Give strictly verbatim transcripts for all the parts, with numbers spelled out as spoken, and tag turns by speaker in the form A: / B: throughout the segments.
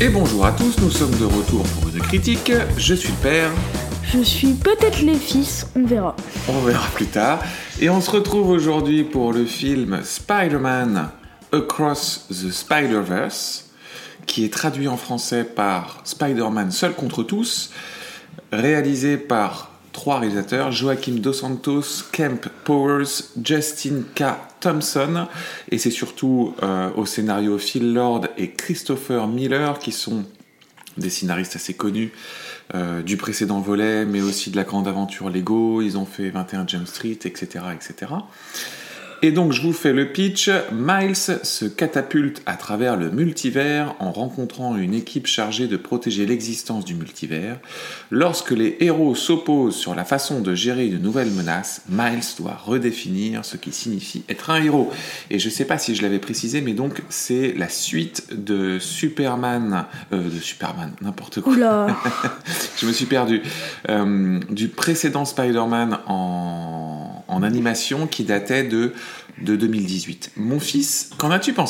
A: Et bonjour à tous, nous sommes de retour pour une critique. Je suis le père.
B: Je suis peut-être les fils, on verra.
A: On verra plus tard. Et on se retrouve aujourd'hui pour le film Spider-Man Across the Spider-Verse, qui est traduit en français par Spider-Man Seul contre tous, réalisé par trois réalisateurs, Joaquim Dos Santos, Kemp Powers, Justin K. Thompson, et c'est surtout euh, au scénario Phil Lord et Christopher Miller, qui sont des scénaristes assez connus euh, du précédent volet, mais aussi de la grande aventure Lego. Ils ont fait vingt et un Jump Street, et cetera, et cetera. Et donc je vous fais le pitch. Miles se catapulte à travers le multivers en rencontrant une équipe chargée de protéger l'existence du multivers. Lorsque les héros s'opposent sur la façon de gérer une nouvelle menace, Miles doit redéfinir ce qui signifie être un héros. Et je sais pas si je l'avais précisé, mais donc c'est la suite de Superman, euh, de Superman, n'importe quoi.
B: Oula.
A: Je me suis perdu. Euh, du précédent Spider-Man en, en animation qui datait de de deux mille dix-huit. Mon fils, qu'en as-tu pensé ?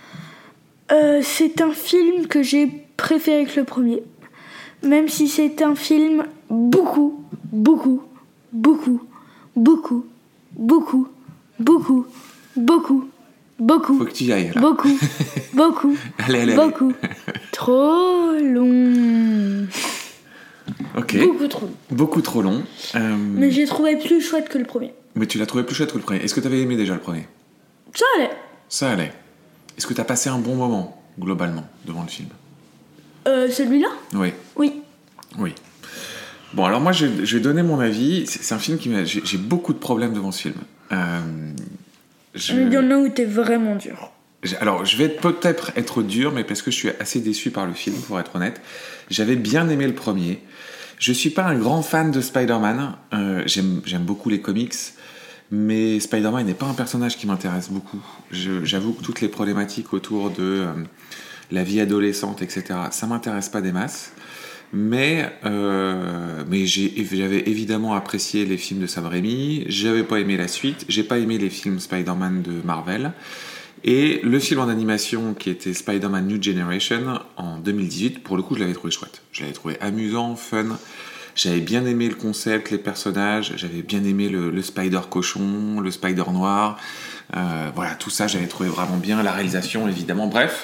B: euh, C'est un film que j'ai préféré que le premier. Même si c'est un film beaucoup, beaucoup, beaucoup, beaucoup, beaucoup, beaucoup, beaucoup, beaucoup.
A: Faut que tu y ailles, là.
B: Beaucoup, beaucoup,
A: allez, allez,
B: beaucoup.
A: Allez.
B: Trop long.
A: Ok.
B: Beaucoup trop long.
A: Beaucoup trop long. Euh...
B: Mais j'ai trouvé plus chouette que le premier.
A: Mais tu l'as trouvé plus chouette que le premier. Est-ce que tu avais aimé déjà le premier ?
B: Ça allait.
A: Ça allait. Est-ce que tu as passé un bon moment, globalement, devant le film ?
B: Euh, celui-là ?
A: Oui.
B: Oui.
A: Oui. Bon, alors moi, je, je vais donner mon avis. C'est, c'est un film qui m'a... J'ai, j'ai beaucoup de problèmes devant ce film. Euh, je...
B: Il y en a où t'es vraiment dur.
A: Alors, je vais peut-être être dur, mais parce que je suis assez déçu par le film, pour être honnête. J'avais bien aimé le premier. Je suis pas un grand fan de Spider-Man. Euh, j'aime, j'aime beaucoup les comics. Mais Spider-Man n'est pas un personnage qui m'intéresse beaucoup. Je, j'avoue que toutes les problématiques autour de euh, la vie adolescente, et cetera, ça m'intéresse pas des masses. Mais, euh, mais j'ai, j'avais évidemment apprécié les films de Sam Raimi. J'avais pas aimé la suite. J'ai pas aimé les films Spider-Man de Marvel. Et le film en animation qui était Spider-Man New Generation en deux mille dix-huit, pour le coup, je l'avais trouvé chouette. Je l'avais trouvé amusant, fun. J'avais bien aimé le concept, les personnages, j'avais bien aimé le, le Spider cochon, le Spider noir, euh, voilà, tout ça, j'avais trouvé vraiment bien, la réalisation évidemment, bref.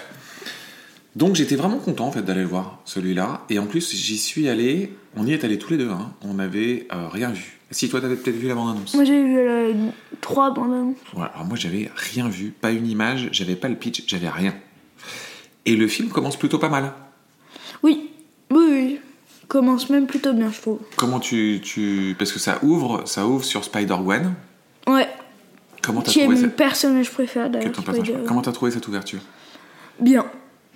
A: Donc j'étais vraiment content en fait d'aller le voir, celui-là, et en plus j'y suis allé, on y est allés tous les deux, hein. On n'avait euh, rien vu. Si toi t'avais peut-être vu la bande-annonce.
B: Moi j'ai vu euh, trois bandes-annonces.
A: Voilà, alors moi j'avais rien vu, pas une image, j'avais pas le pitch, j'avais rien. Et le film commence plutôt pas mal.
B: Oui, oui, oui. Commence même plutôt bien, je trouve.
A: Comment tu, tu... Parce que ça ouvre, ça ouvre sur Spider-Gwen.
B: Ouais.
A: Comment t'as
B: Qui
A: trouvé
B: est mon
A: cette...
B: personnage préféré d'ailleurs.
A: Quel est ton personnage préféré ? Comment t'as trouvé cette ouverture ?
B: Bien.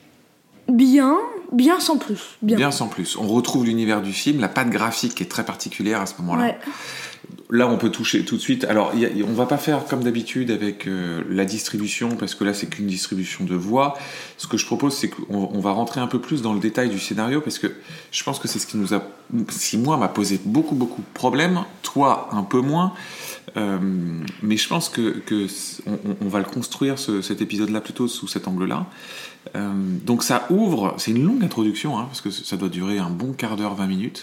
B: Bien, bien sans plus. Bien.
A: Bien sans plus. On retrouve l'univers du film, la patte graphique qui est très particulière à ce moment-là.
B: Ouais.
A: Là, on peut toucher tout de suite. Alors, y a, on va pas faire comme d'habitude avec euh, la distribution, parce que là, c'est qu'une distribution de voix. Ce que je propose, c'est qu'on on va rentrer un peu plus dans le détail du scénario, parce que je pense que c'est ce qui nous a, si moi, m'a posé beaucoup, beaucoup de problèmes. Toi, un peu moins. Euh, mais je pense que, que on, on va le construire, ce, cet épisode-là, plutôt sous cet angle-là. Euh, donc, ça ouvre. C'est une longue introduction, hein, parce que ça doit durer un bon quart d'heure, vingt minutes,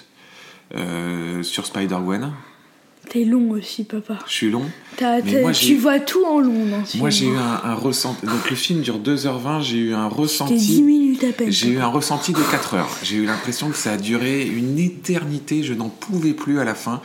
A: euh, sur Spider-Gwen.
B: T'es long aussi, papa.
A: Je suis long.
B: T'as, t'as,
A: moi,
B: tu
A: j'ai...
B: vois tout en long dans ce
A: Moi,
B: film.
A: j'ai eu un, un ressenti. Donc, le film dure deux heures vingt. J'ai eu un ressenti.
B: C'était dix minutes à peine.
A: J'ai eu un ressenti de quatre heures. J'ai eu l'impression que ça a duré une éternité. Je n'en pouvais plus à la fin.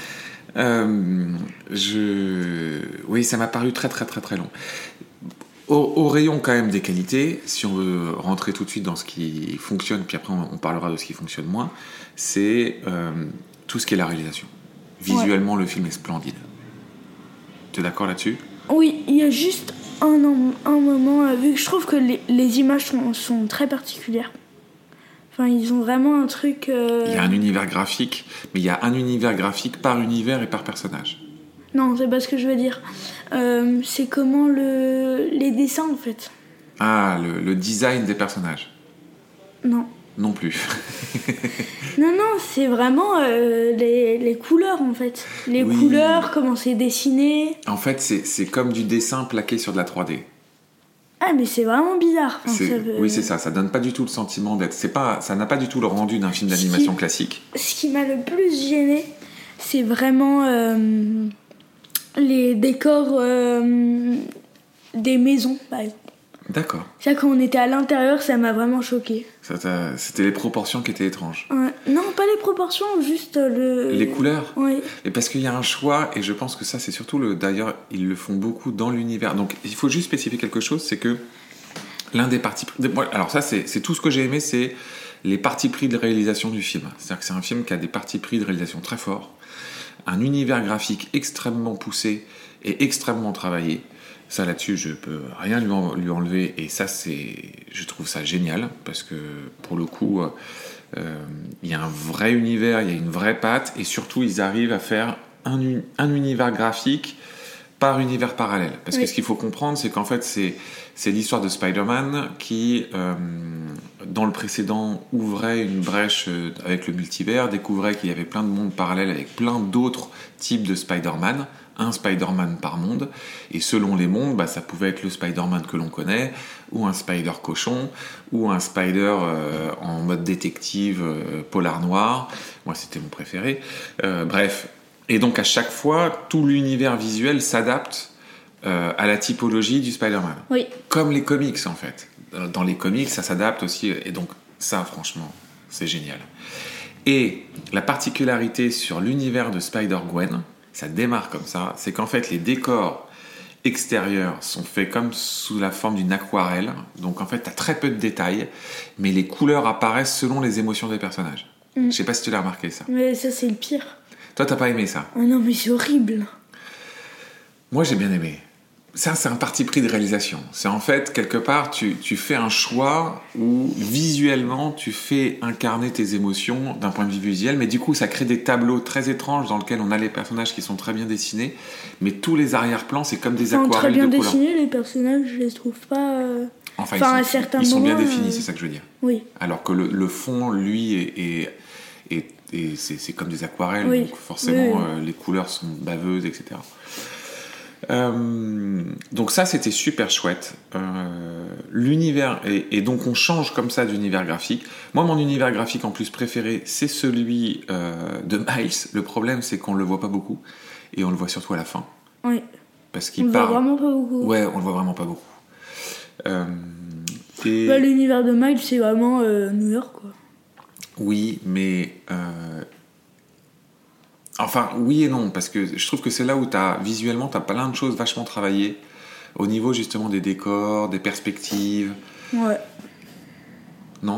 A: Euh, je... Oui, ça m'a paru très, très, très, très long. Au, au rayon, quand même, des qualités, si on veut rentrer tout de suite dans ce qui fonctionne, puis après, on, on parlera de ce qui fonctionne moins, c'est euh, tout ce qui est la réalisation. Visuellement, ouais. Le film est splendide. Tu es d'accord là-dessus ?
B: Oui, il y a juste un, un moment, vu que je trouve que les, les images sont, sont très particulières. Enfin, ils ont vraiment un truc... Euh...
A: Il y a un univers graphique, mais il y a un univers graphique par univers et par personnage.
B: Non, c'est pas ce que je veux dire. Euh, c'est comment le... les dessins, en fait.
A: Ah, le, le design des personnages.
B: Non.
A: Non plus.
B: non, non, c'est vraiment euh, les, les couleurs, en fait. Les oui. couleurs, comment c'est dessiné.
A: En fait, c'est, c'est comme du dessin plaqué sur de la trois D.
B: Ah, mais c'est vraiment bizarre. Enfin,
A: c'est...
B: ça veut...
A: Oui, c'est ça. Ça donne pas du tout le sentiment d'être... C'est pas... Ça n'a pas du tout le rendu d'un film d'animation
B: qui...
A: classique.
B: Ce qui m'a le plus gêné, c'est vraiment euh, les décors euh, des maisons, par exemple.
A: D'accord.
B: Ça, quand on était à l'intérieur, ça m'a vraiment choqué.
A: Ça t'a... C'était les proportions qui étaient étranges.
B: Ouais. Non, pas les proportions, juste le...
A: Les couleurs.
B: Oui.
A: Et parce qu'il y a un choix, et je pense que ça, c'est surtout le... D'ailleurs, ils le font beaucoup dans l'univers. Donc, il faut juste spécifier quelque chose, c'est que l'un des partis... Alors ça, c'est, c'est tout ce que j'ai aimé, c'est les partis pris de réalisation du film. C'est-à-dire que c'est un film qui a des partis pris de réalisation très forts, un univers graphique extrêmement poussé et extrêmement travaillé. Ça, là-dessus, je peux rien lui, en, lui enlever, et ça, c'est, je trouve ça génial, parce que, pour le coup, euh, il y a un vrai univers, il y a une vraie patte, et surtout, ils arrivent à faire un, un univers graphique par univers parallèle. Parce oui. que ce qu'il faut comprendre, c'est qu'en fait, c'est, c'est l'histoire de Spider-Man qui, euh, dans le précédent, ouvrait une brèche avec le multivers, découvrait qu'il y avait plein de mondes parallèles avec plein d'autres types de Spider-Man, un Spider-Man par monde, et selon les mondes, bah, ça pouvait être le Spider-Man que l'on connaît, ou un Spider-Cochon, ou un Spider euh, en mode détective euh, polar noir. Moi, c'était mon préféré. Euh, bref. Et donc, à chaque fois, tout l'univers visuel s'adapte euh, à la typologie du Spider-Man.
B: Oui.
A: Comme les comics, en fait. Dans les comics, ça s'adapte aussi. Et donc, ça, franchement, c'est génial. Et la particularité sur l'univers de Spider-Gwen, ça démarre comme ça, c'est qu'en fait, les décors extérieurs sont faits comme sous la forme d'une aquarelle. Donc, en fait, tu as très peu de détails, mais les couleurs apparaissent selon les émotions des personnages. Mm. Je sais pas si tu l'as remarqué, ça.
B: Mais ça, c'est le pire.
A: Toi, t'as pas aimé ça?
B: Oh non, mais c'est horrible.
A: Moi, j'ai bien aimé. Ça, c'est un parti pris de réalisation. C'est en fait, quelque part, tu, tu fais un choix où, visuellement, tu fais incarner tes émotions d'un point de vue visuel, mais du coup, ça crée des tableaux très étranges dans lesquels on a les personnages qui sont très bien dessinés, mais tous les arrière-plans, c'est comme des
B: enfin,
A: aquarelles de
B: très bien
A: couleurs.
B: dessinés, les personnages, je les trouve pas... Euh...
A: Enfin,
B: enfin,
A: ils
B: à
A: sont,
B: certains
A: ils sont
B: moments,
A: bien définis,
B: euh...
A: c'est ça que je veux dire.
B: Oui.
A: Alors que le, le fond, lui, est... est, est et c'est, c'est comme des aquarelles, oui. Donc forcément, oui. euh, les couleurs sont baveuses, et cetera. Euh, donc ça, c'était super chouette. Euh, l'univers, et, et donc on change comme ça d'univers graphique. Moi, mon univers graphique en plus préféré, c'est celui euh, de Miles. Le problème, c'est qu'on le voit pas beaucoup, et on le voit surtout à la fin.
B: Oui.
A: Parce qu'il
B: on le
A: parle...
B: voit vraiment pas beaucoup.
A: Ouais, on le voit vraiment pas beaucoup. Euh, et...
B: bah, l'univers de Miles, c'est vraiment euh, New York, quoi.
A: Oui, mais... Euh... Enfin, oui et non, parce que je trouve que c'est là où t'as, visuellement, tu as plein de choses vachement travaillées, au niveau justement des décors, des perspectives.
B: Ouais.
A: Non ?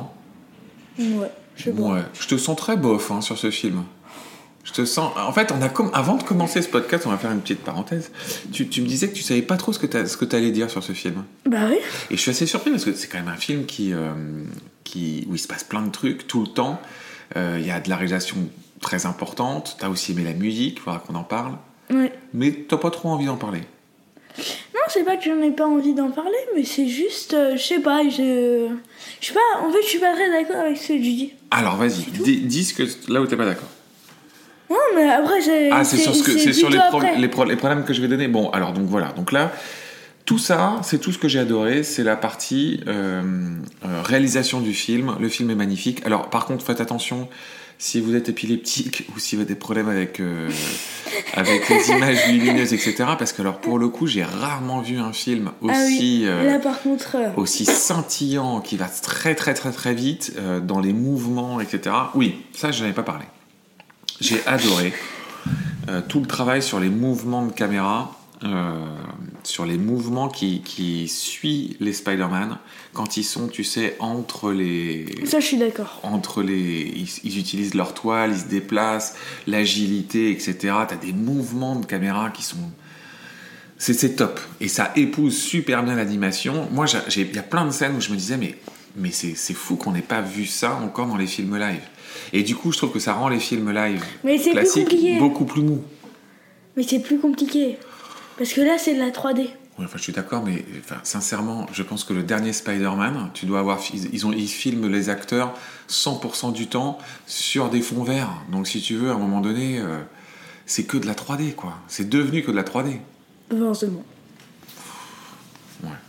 B: Ouais, je sais pas.
A: Ouais. Je te sens très bof hein, sur ce film. Je te sens... En fait, on a com... avant de commencer ce podcast, on va faire une petite parenthèse. Tu, tu me disais que tu savais pas trop ce que tu ce que allais dire sur ce film.
B: Bah oui.
A: Et je suis assez surpris parce que c'est quand même un film qui, euh, qui... où il se passe plein de trucs tout le temps. Il euh, y a de la réalisation très importante. T'as aussi aimé la musique, il faudra qu'on en parle.
B: Oui.
A: Mais t'as pas trop envie d'en parler.
B: Non, c'est pas que j'en ai pas envie d'en parler, mais c'est juste, euh, je sais pas, je... je sais pas, en fait, je suis pas très d'accord avec ce que tu dis.
A: Alors, vas-y, dis, dis ce que, là où t'es pas d'accord.
B: Non, mais après, c'est...
A: Ah, c'est, c'est sur, ce que, c'est c'est sur les, pro-
B: après.
A: les, pro- les problèmes que je vais donner. Bon, alors, donc voilà. Donc là, tout ça, c'est tout ce que j'ai adoré. C'est la partie euh, euh, réalisation du film. Le film est magnifique. Alors, par contre, faites attention... Si vous êtes épileptique ou si vous avez des problèmes avec, euh, avec les images lumineuses, et cetera. Parce que, alors, pour le coup, j'ai rarement vu un film aussi,
B: ah oui.
A: euh,
B: Là, par contre, euh...
A: aussi scintillant, qui va très, très, très, très vite euh, dans les mouvements, et cetera. Oui, ça, je n'en avais pas parlé. J'ai adoré euh, tout le travail sur les mouvements de caméra, euh, sur les mouvements qui, qui suivent les Spider-Man quand ils sont, tu sais, entre les...
B: Ça, je suis d'accord.
A: Entre les... Ils, ils utilisent leur toile, ils se déplacent, l'agilité, et cetera. T'as des mouvements de caméra qui sont... C'est, c'est top. Et ça épouse super bien l'animation. Moi, il y a plein de scènes où je me disais, mais, mais c'est, c'est fou qu'on n'ait pas vu ça encore dans les films live. Et du coup, je trouve que ça rend les films live
B: mais c'est
A: classiques
B: plus
A: beaucoup plus mous.
B: Mais c'est plus compliqué. Parce que là, c'est de la trois D.
A: Oui, enfin, je suis d'accord, mais enfin, sincèrement, je pense que le dernier Spider-Man, tu dois avoir, ils, ont, ils filment les acteurs cent pour cent du temps sur des fonds verts. Donc, si tu veux, à un moment donné, euh, c'est que de la trois D, quoi. C'est devenu que de la trois D.
B: Forcément.
A: Ouais.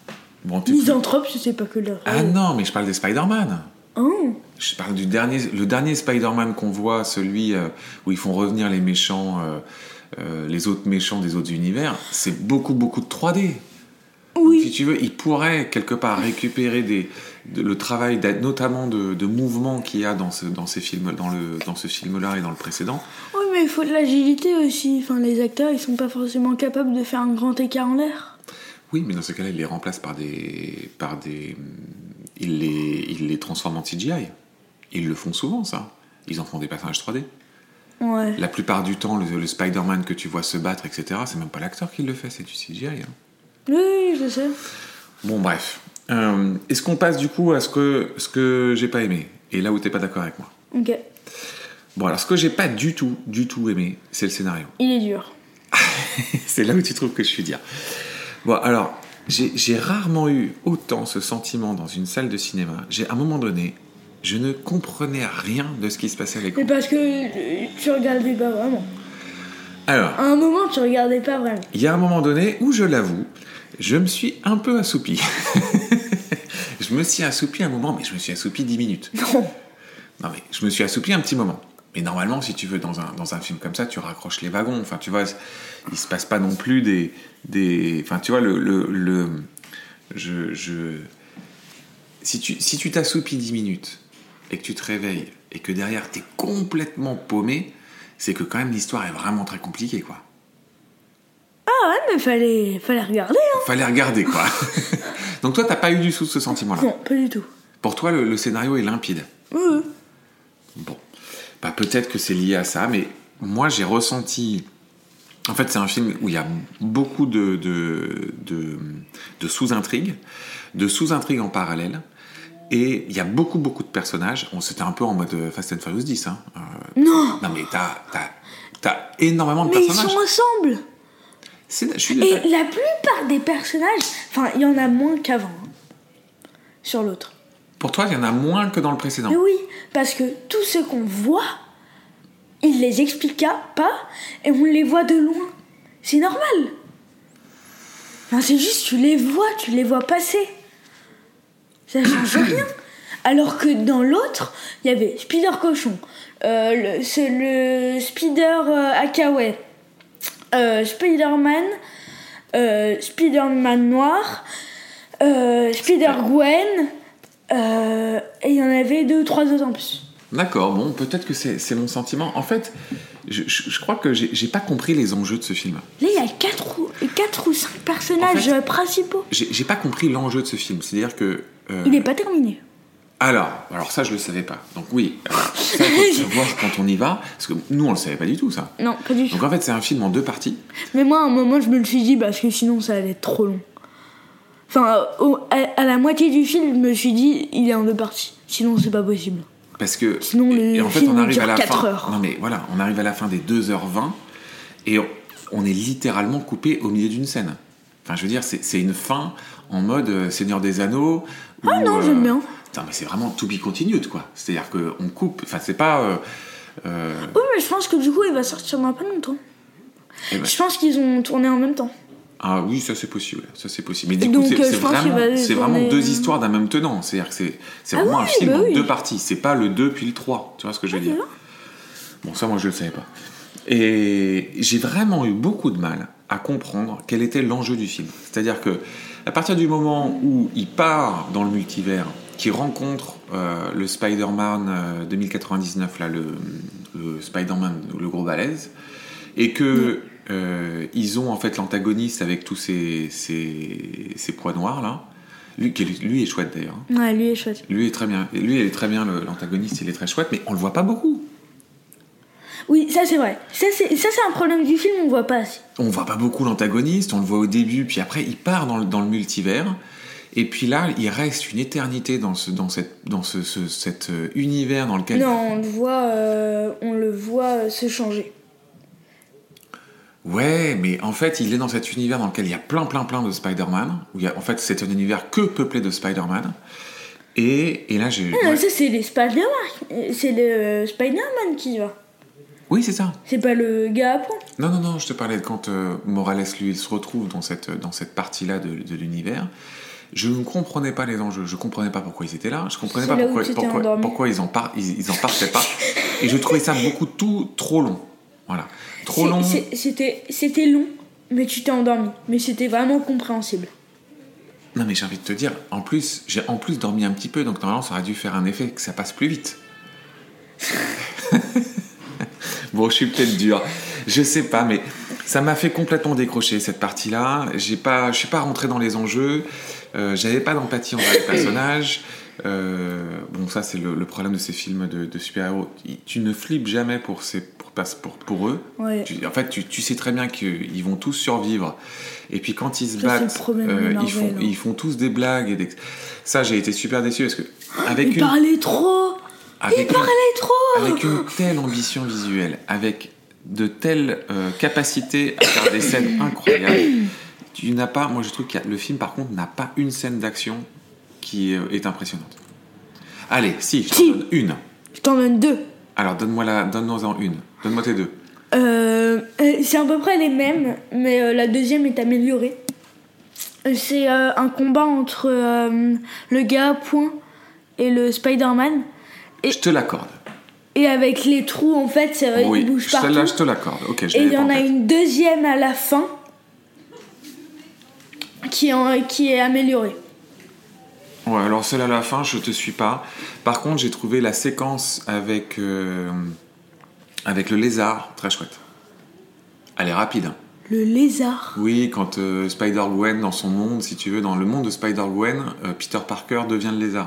A: Bon, tu-
B: Misanthrope, je sais pas que leur.
A: Ah non, mais je parle des Spider-Man.
B: Oh.
A: Je parle du dernier, le dernier Spider-Man qu'on voit, celui euh, où ils font revenir les méchants, euh, euh, les autres méchants des autres univers. C'est beaucoup, beaucoup de trois D.
B: Oui.
A: Donc, si tu veux, ils pourraient quelque part récupérer des, de, le travail, notamment de, de mouvement qu'il y a dans ce, dans ces films, dans le, dans ce film-là et dans le précédent.
B: Oui, mais il faut de l'agilité aussi. Enfin, les acteurs, ils sont pas forcément capables de faire un grand écart en l'air.
A: Oui, mais dans ce cas-là, ils les remplacent par des, par des, ils les, ils les transforment en C G I. Ils le font souvent, ça. Ils en font des personnages trois D.
B: Ouais.
A: La plupart du temps, le, le Spider-Man que tu vois se battre, et cetera, c'est même pas l'acteur qui le fait, c'est du C G I. Hein.
B: Oui, je sais.
A: Bon, bref. Euh, est-ce qu'on passe du coup à ce que, ce que j'ai pas aimé? Et là où t'es pas d'accord avec moi.
B: Ok.
A: Bon, alors ce que j'ai pas du tout, du tout aimé, c'est le scénario.
B: Il est dur.
A: C'est là où tu trouves que je suis dire. Bon, alors, j'ai, j'ai rarement eu autant ce sentiment dans une salle de cinéma. J'ai, à un moment donné, je ne comprenais rien de ce qui se passait à l'écran.
B: Mais parce que euh, tu regardais pas vraiment.
A: Alors,
B: À un moment, tu regardais pas vraiment.
A: il y a un moment donné où, je l'avoue, je me suis un peu assoupi. Je me suis assoupi un moment, mais je me suis assoupi dix minutes.
B: Non.
A: Non, mais je me suis assoupi un petit moment. Mais normalement, si tu veux, dans un, dans un film comme ça, tu raccroches les wagons. Enfin, tu vois, il se passe pas non plus des... des enfin, tu vois, le... le, le je, je... Si tu, si tu t'assoupis dix minutes et que tu te réveilles et que derrière, t'es complètement paumé, c'est que quand même, l'histoire est vraiment très compliquée, quoi.
B: Ah ouais, mais fallait, fallait regarder, hein.
A: Fallait regarder, quoi. Donc toi, t'as pas eu du tout ce sentiment-là?
B: Non, pas du tout.
A: Pour toi, le, le scénario est limpide?
B: Oui, oui.
A: Bon. Bah, peut-être que c'est lié à ça, mais moi, j'ai ressenti... En fait, c'est un film où il y a beaucoup de, de, de, de sous-intrigues, de sous-intrigues en parallèle, et il y a beaucoup, beaucoup de personnages. On, c'était un peu en mode Fast and Furious dix, hein. Euh,
B: Non.
A: Non, mais t'as, t'as, t'as énormément de
B: Mais ils
A: personnages.
B: sont ensemble.
A: C'est, je suis
B: Et
A: d'accord.
B: la plupart des personnages, enfin, il y en a moins qu'avant. Hein, sur l'autre.
A: Pour toi, il y en a moins que dans le précédent.
B: Mais oui, parce que tous ceux qu'on voit, ils les expliquent pas et on les voit de loin. C'est normal. Enfin, c'est juste, tu les vois, tu les vois passer. Ça change rien. Alors que dans l'autre, il y avait Spider Cochon, euh, le, c'est le Spider euh, Akaway, euh, Spider-Man, euh, Spider-Man noir, euh, Spider-Gwen, euh, et il y en avait deux ou trois autres en plus.
A: D'accord, bon, peut-être que c'est, c'est mon sentiment. En fait, je, je, je crois que j'ai, j'ai pas compris les enjeux de ce film.
B: Là, il y a quatre ou, quatre ou cinq personnages
A: En fait,
B: euh, principaux.
A: J'ai, j'ai pas compris l'enjeu de ce film. C'est-à-dire que... euh,
B: Il n'est pas terminé.
A: Alors, alors ça, je le savais pas. Donc oui, alors, ça, il faut le savoir quand on y va. Parce que nous, on le savait pas du tout, ça.
B: Non, pas du tout.
A: Donc en fait, c'est un film en deux parties.
B: Mais moi, à un moment, je me le suis dit parce que sinon, ça allait être trop long. Enfin, au, à, à la moitié du film, je me suis dit, il est en deux parties. Sinon, c'est pas possible.
A: Parce que...
B: Sinon, le
A: et en fait,
B: film
A: on arrive
B: dure
A: à la
B: quatre
A: fin...
B: heures.
A: Non mais voilà, on arrive à la fin des deux heures vingt et on, on est littéralement coupé au milieu d'une scène. Enfin, je veux dire, c'est, c'est une fin en mode euh, Seigneur des Anneaux.
B: Ah
A: où,
B: non,
A: euh,
B: j'aime bien.
A: Putain, mais c'est vraiment to be continued, quoi. C'est-à-dire qu'on coupe... Enfin, c'est pas... Euh, euh,
B: Oui, mais je pense que du coup, il va sortir dans pas longtemps.
A: eh ben,
B: Je pense qu'ils ont tourné en même temps.
A: ah oui, ça c'est possible, ça c'est possible. Mais du
B: Et
A: coup,
B: donc,
A: c'est,
B: euh,
A: c'est
B: je pense
A: vraiment,
B: qu'il va
A: c'est
B: tourner-
A: vraiment deux histoires d'un même tenant. C'est-à-dire que c'est, c'est
B: Ah
A: vraiment
B: oui,
A: un film
B: bah
A: en
B: oui.
A: deux parties. C'est pas le deux puis le trois. Tu vois ce que je veux dire?
B: voilà.
A: Bon, ça, moi, je le savais pas. Et j'ai vraiment eu beaucoup de mal à comprendre quel était l'enjeu du film. C'est-à-dire que à partir du moment où il part dans le multivers, qu'il rencontre euh, le Spider-Man euh, deux mille quatre-vingt-dix-neuf, là, le, le Spider-Man, le gros balèze, et que euh, ils ont en fait l'antagoniste avec tous ces, ces, ces poids noirs là. Lui, qui est, lui est chouette d'ailleurs.
B: Ouais, lui est chouette.
A: Lui est très bien. Lui, il est très bien, le, l'antagoniste, il est très chouette, mais on le voit pas beaucoup.
B: Oui, ça c'est vrai. Ça c'est, ça, c'est un problème du film, on voit pas assez.
A: On voit pas beaucoup l'antagoniste, on le voit au début, puis après il part dans le, dans le multivers, et puis là il reste une éternité dans ce, dans cette, dans ce, ce cet euh, univers dans lequel...
B: Non, on le voit, euh, on le voit euh, se changer.
A: Ouais, mais en fait il est dans cet univers dans lequel il y a plein plein plein de Spider-Man, où il y a, en fait c'est un univers que peuplé de Spider-Man, et, et là j'ai...
B: Ah,
A: ouais.
B: ça c'est les Spider-Man. C'est le Spider-Man qui va.
A: Oui, c'est ça.
B: C'est pas le gars à point.
A: Non, non, non, je te parlais de quand euh, Morales, lui, il se retrouve dans cette, dans cette partie-là de, de l'univers. Je ne comprenais pas les enjeux, je comprenais pas pourquoi ils étaient là, je comprenais
B: C'est
A: pas
B: là où
A: pourquoi,
B: tu t'es
A: pourquoi,
B: endormi.
A: pourquoi ils, en par, ils, ils en partaient pas. Et je trouvais ça beaucoup tout trop long. Voilà. Trop
B: C'est-
A: long.
B: c'est- C'était, c'était long, mais tu t'es endormi. Mais c'était vraiment compréhensible.
A: Non mais j'ai envie de te dire, en plus, j'ai en plus dormi un petit peu, donc normalement ça aurait dû faire un effet que ça passe plus vite. Bon, je suis peut-être dur, je sais pas, mais ça m'a fait complètement décrocher cette partie-là. J'ai pas, je suis pas rentré dans les enjeux, euh, j'avais pas d'empathie envers les personnages. Euh, bon, ça c'est le, le problème de ces films de, de super-héros. Tu ne flippes jamais pour ces, pour, pour, pour eux.
B: Ouais.
A: Tu, en fait, tu, tu sais très bien qu'ils vont tous survivre. Et puis quand ils se
B: Ça, c'est
A: battent,
B: le problème de
A: euh,
B: Marvel,
A: ils font,
B: hein.
A: ils font tous des blagues. Et des... Ça, j'ai été super déçu parce que avec
B: Il
A: une,
B: parlait trop.
A: avec
B: Il
A: une-
B: parlait trop.
A: avec une telle ambition visuelle, avec de telles euh, capacités à faire des scènes incroyables, tu n'as pas. Moi, je trouve que le film, par contre, n'a pas une scène d'action qui euh, est impressionnante. Allez, si, je t'en
B: Si.
A: donne une.
B: Je t'en donne deux.
A: Alors, donne-moi la, donne-moi-en une. Donne-moi tes deux.
B: Euh, euh, c'est à peu près les mêmes, mais euh, la deuxième est améliorée. Euh, C'est euh, un combat entre euh, le gars à poing et le Spider-Man. Et-
A: Je te l'accorde.
B: Et avec les trous, en fait, ça,
A: Oui,
B: il bouge
A: celle-là,
B: partout.
A: je te l'accorde. Ok, je
B: Et il
A: l'avais
B: y
A: pas
B: en
A: en
B: a
A: tête.
B: une deuxième à la fin qui est, en- qui est améliorée.
A: Ouais, alors celle à la fin, je te suis pas. Par contre, j'ai trouvé la séquence avec, euh, avec le lézard très chouette. Elle est rapide. Hein.
B: Le lézard.
A: Oui, quand euh, Spider-Gwen, dans son monde, si tu veux, dans le monde de Spider-Gwen, euh, Peter Parker devient le lézard.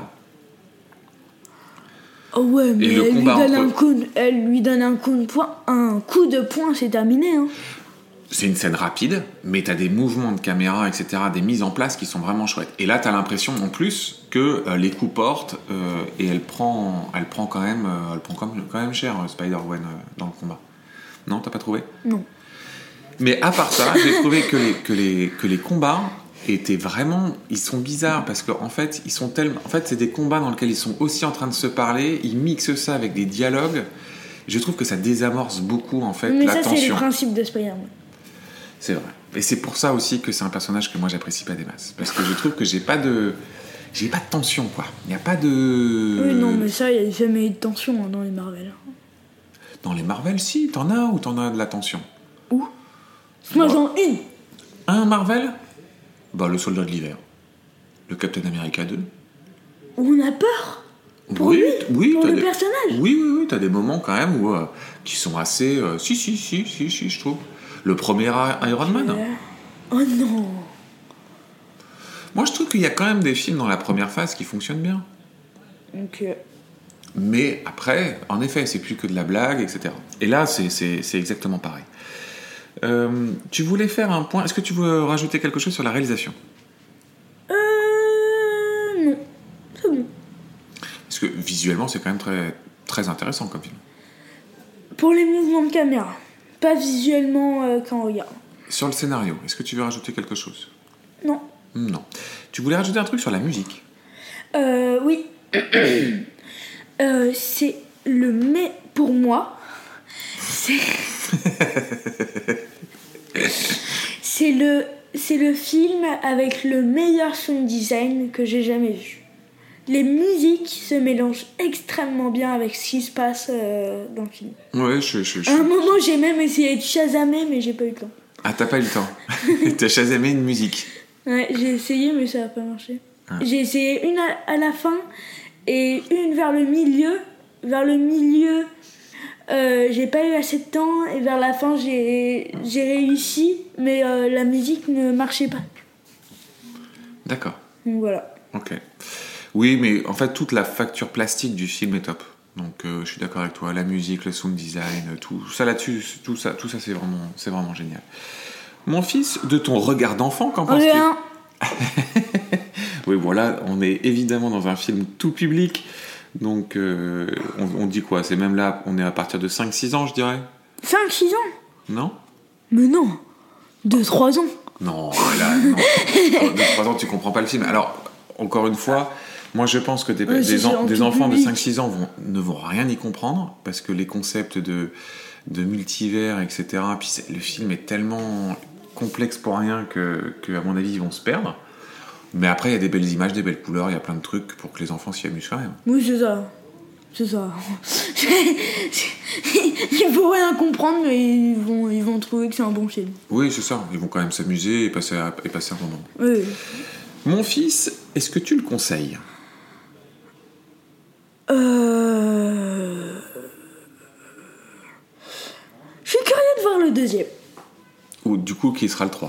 B: Oh ouais, mais
A: Et le
B: elle, lui
A: combat
B: donne
A: entre-
B: un coup de, elle lui donne un coup de poing. Un coup de poing, c'est terminé. Hein.
A: C'est une scène rapide, mais t'as des mouvements de caméra, et cetera, des mises en place qui sont vraiment chouettes. Et là, t'as l'impression en plus que euh, les coups portent euh, et elle prend, elle prend quand même, euh, elle prend quand même, quand même cher euh, Spider-Gwen euh, dans le combat. Non, t'as pas trouvé ?
B: Non.
A: Mais à part ça, j'ai trouvé que les, que les, que les combats étaient vraiment, ils sont bizarres parce qu'en en fait, ils sont tellement, en fait, c'est des combats dans lesquels ils sont aussi en train de se parler, ils mixent ça avec des dialogues. Je trouve que ça désamorce beaucoup en fait
B: Mais
A: la
B: ça, c'est le
A: tension.
B: principe de Spider-Man.
A: C'est vrai. Et c'est pour ça aussi que c'est un personnage que moi j'apprécie pas des masses. Parce que je trouve que j'ai pas de. J'ai pas de tension, quoi. Il n'y a pas de.
B: Oui, non, mais ça, il n'y a jamais eu de tension hein, dans les Marvel.
A: Dans les Marvel, si, t'en as ou t'en as de la tension.
B: Où Moi, j'en ai une.
A: Un Marvel ? Bah, le Soldat de l'hiver. Le Captain America deux.
B: Où on a peur. Pour
A: oui,
B: lui,
A: oui,
B: pour
A: t'as
B: le
A: des...
B: personnage.
A: Oui, oui, oui, t'as des moments quand même où, euh, qui sont assez. euh, Si, si, si, si, si, je trouve. Le premier Iron Man.
B: Euh, Oh non.
A: Moi, je trouve qu'il y a quand même des films dans la première phase qui fonctionnent bien.
B: Donc, euh,
A: Mais après, en effet, c'est plus que de la blague, et cetera. Et là, c'est, c'est, c'est exactement pareil. Euh, tu voulais faire un point. Est-ce que tu veux rajouter quelque chose sur la réalisation ?
B: euh non. C'est bon.
A: Parce que visuellement, c'est quand même très, très intéressant comme film.
B: Pour les mouvements de caméra. Pas visuellement euh, quand on regarde.
A: Sur le scénario, est-ce que tu veux rajouter quelque chose ?
B: Non.
A: Non. Tu voulais rajouter un truc sur la musique ?
B: Euh, oui. euh, c'est le mais pour moi. C'est. c'est le c'est le film avec le meilleur sound design que j'ai jamais vu. Les musiques se mélangent extrêmement bien avec ce qui se passe euh, dans le film.
A: Ouais, je, je, je...
B: À un moment, j'ai même essayé de chasamer, mais j'ai pas eu le temps.
A: Ah, t'as pas eu le temps. T'as chasamé une musique.
B: Ouais, j'ai essayé, mais ça a pas marché.
A: Ah.
B: J'ai essayé une à, à la fin et une vers le milieu. Vers le milieu, euh, j'ai pas eu assez de temps et vers la fin, j'ai, j'ai réussi, mais euh, la musique ne marchait pas.
A: D'accord.
B: Donc voilà.
A: Ok. Oui, mais en fait, toute la facture plastique du film est top. Donc, euh, je suis d'accord avec toi. La musique, le sound design, tout ça là-dessus, tout ça, tout ça, c'est vraiment, c'est vraiment génial. Mon fils, de ton regard d'enfant, qu'en penses-tu ?
B: Rien.
A: Oui, voilà, on est évidemment dans un film tout public. Donc, euh, on, on dit quoi ? C'est même là, on est à partir de cinq six ans, je dirais.
B: cinq six ans ?
A: Non ?
B: Mais non. deux trois ans.
A: Non, là, non. deux trois ans, tu comprends pas le film. Alors, encore une fois, moi je pense que des,
B: Ouais,
A: des,
B: c'est
A: en-
B: en
A: des
B: tout
A: enfants de
B: public.
A: cinq six ans vont, ne vont rien y comprendre, parce que les concepts de, de multivers, et cetera, puis c'est- le film est tellement complexe pour rien que, que, à mon avis, ils vont se perdre. Mais après, il y a des belles images, des belles couleurs, il y a plein de trucs pour que les enfants s'y amusent quand même.
B: Oui, c'est ça. C'est ça. Il faut rien comprendre, mais ils vont, ils vont trouver que c'est un bon film.
A: Oui, c'est ça. Ils vont quand même s'amuser et passer, à, et passer un moment.
B: Oui.
A: Mon fils, est-ce que tu le conseilles ?
B: Euh... Je suis curieux de voir le deuxième.
A: Ou du coup, qui sera le trois ?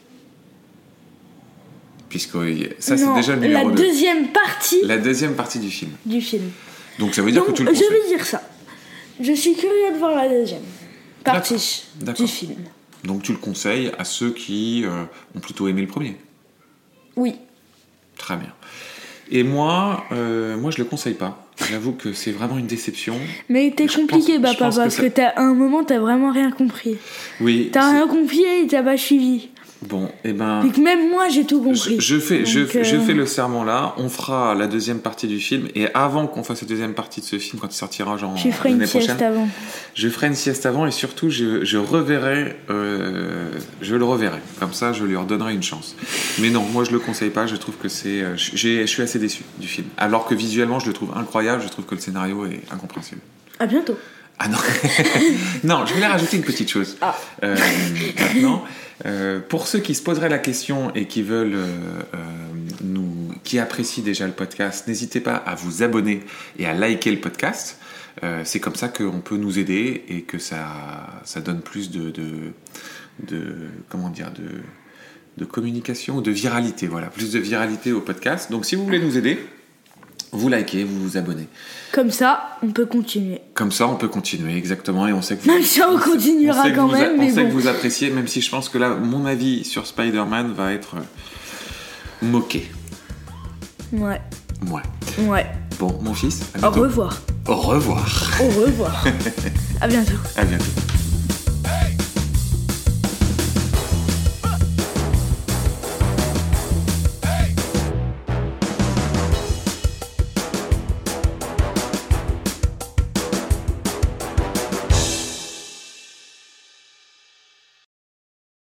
A: Puisque ça,
B: non,
A: c'est déjà le numéro
B: la
A: deux.
B: deuxième partie
A: La deuxième partie du film.
B: du film.
A: Donc ça veut dire
B: Donc,
A: que tu le conseilles.
B: je vais dire ça. Je suis curieux de voir la deuxième partie
A: D'accord.
B: du film.
A: Donc tu le conseilles à ceux qui euh, ont plutôt aimé le premier.
B: Oui.
A: Très bien. Et moi, euh, moi je le conseille pas. J'avoue que c'est vraiment une déception.
B: Mais t'es
A: Je
B: compliqué,
A: pense- je
B: papa,
A: pense que
B: parce
A: ça-
B: que, t'as, à un moment, t'as vraiment rien compris.
A: Oui.
B: T'as
A: c'est-
B: rien compris et t'as pas suivi.
A: Bon, et ben.
B: Et que même moi, j'ai tout
A: Je,
B: compris.
A: je fais, je,
B: Donc, euh,
A: je fais le serment là. On fera la deuxième partie du film et avant qu'on fasse la deuxième partie de ce film, quand il sortira genre
B: Je ferai une
A: l'année
B: sieste
A: prochaine,
B: avant.
A: je ferai une sieste avant et surtout je, je reverrai, euh, je le reverrai. Comme ça, je lui redonnerai une chance. Mais non, moi je le conseille pas. Je trouve que c'est, euh, j'ai, je suis assez déçu du film. Alors que visuellement, je le trouve incroyable. Je trouve que le scénario est incompréhensible.
B: À bientôt.
A: Ah non, non, je voulais rajouter une petite chose.
B: Ah.
A: Euh, maintenant, euh, pour ceux qui se poseraient la question et qui veulent euh, euh, nous, qui apprécient déjà le podcast, n'hésitez pas à vous abonner et à liker le podcast. Euh, c'est comme ça qu'on peut nous aider et que ça, ça donne plus de, de, de comment dire, de, de communication, de viralité, voilà, plus de viralité au podcast. Donc, si vous voulez nous aider, vous likez, vous vous abonnez.
B: Comme ça, on peut continuer.
A: Comme ça, on peut continuer, exactement, et on sait que vous...
B: Même si on continuera
A: on sait que
B: quand
A: vous a-
B: même,
A: on
B: mais
A: sait
B: bon.
A: que vous appréciez, même si je pense que là, mon avis sur Spider-Man va être euh, moqué.
B: Ouais.
A: Ouais.
B: Ouais.
A: Bon, mon fils, à
B: Au
A: bientôt.
B: revoir.
A: Au revoir.
B: Au revoir. À bientôt.
A: À bientôt.